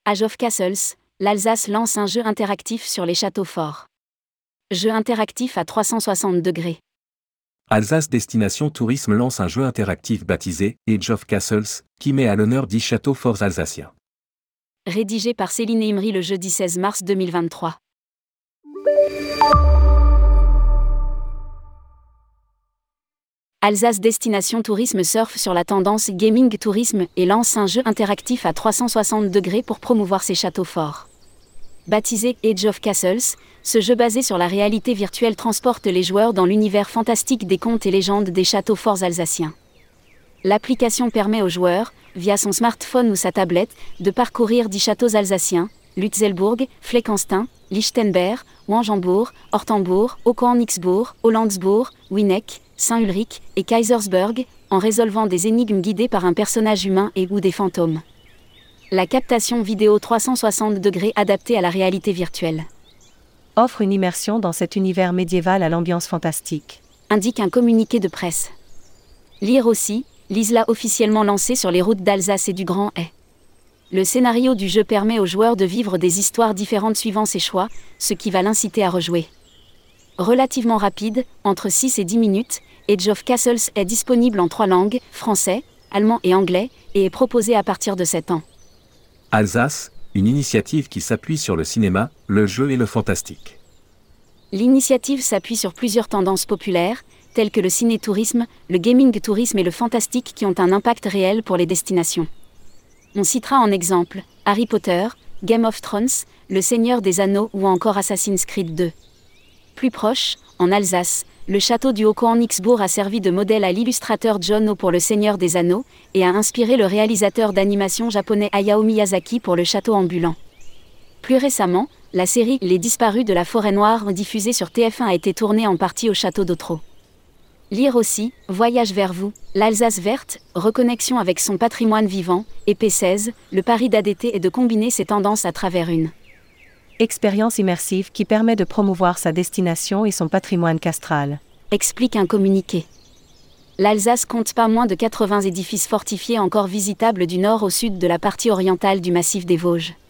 Age of Castles, l'Alsace lance un jeu interactif sur les châteaux forts. Jeu interactif à 360 degrés. Alsace Destination Tourisme lance un jeu interactif baptisé Age of Castles, qui met à l'honneur 10 châteaux forts alsaciens. Rédigé par Céline Imri le jeudi 16 mars 2023. Alsace Destination Tourisme surfe sur la tendance Gaming Tourisme et lance un jeu interactif à 360 degrés pour promouvoir ses châteaux forts. Baptisé Age of Castles, ce jeu basé sur la réalité virtuelle transporte les joueurs dans l'univers fantastique des contes et légendes des châteaux forts alsaciens. L'application permet aux joueurs, via son smartphone ou sa tablette, de parcourir 10 châteaux alsaciens, Lutzelbourg, Fleckenstein, Lichtenberg, Wangenbourg, Ortenbourg, Hohenixbourg, Hollandsbourg, Winneck, Saint-Ulrich et Kaisersberg, en résolvant des énigmes guidées par un personnage humain et ou des fantômes. La captation vidéo 360 degrés adaptée à la réalité virtuelle offre une immersion dans cet univers médiéval à l'ambiance fantastique, indique un communiqué de presse. Lire aussi, l'ISLA officiellement lancée sur les routes d'Alsace et du Grand Est. Le scénario du jeu permet aux joueurs de vivre des histoires différentes suivant ses choix, ce qui va l'inciter à rejouer. Relativement rapide, entre 6 et 10 minutes, Age of Castles est disponible en 3 langues, français, allemand et anglais, et est proposé à partir de 7 ans. Alsace, une initiative qui s'appuie sur le cinéma, le jeu et le fantastique. L'initiative s'appuie sur plusieurs tendances populaires, telles que le ciné-tourisme, le gaming-tourisme et le fantastique qui ont un impact réel pour les destinations. On citera en exemple Harry Potter, Game of Thrones, Le Seigneur des Anneaux ou encore Assassin's Creed 2. Plus proche, en Alsace, le château du Hohenixbourg a servi de modèle à l'illustrateur John O pour Le Seigneur des Anneaux et a inspiré le réalisateur d'animation japonais Hayao Miyazaki pour le château ambulant. Plus récemment, la série Les Disparus de la Forêt Noire diffusée sur TF1 a été tournée en partie au château d'Otro. Lire aussi, Voyage vers vous, l'Alsace verte, reconnexion avec son patrimoine vivant, et P16, le pari d'ADT est de combiner ces tendances à travers une expérience immersive qui permet de promouvoir sa destination et son patrimoine castral, explique un communiqué. L'Alsace compte pas moins de 80 édifices fortifiés encore visitables du nord au sud de la partie orientale du massif des Vosges.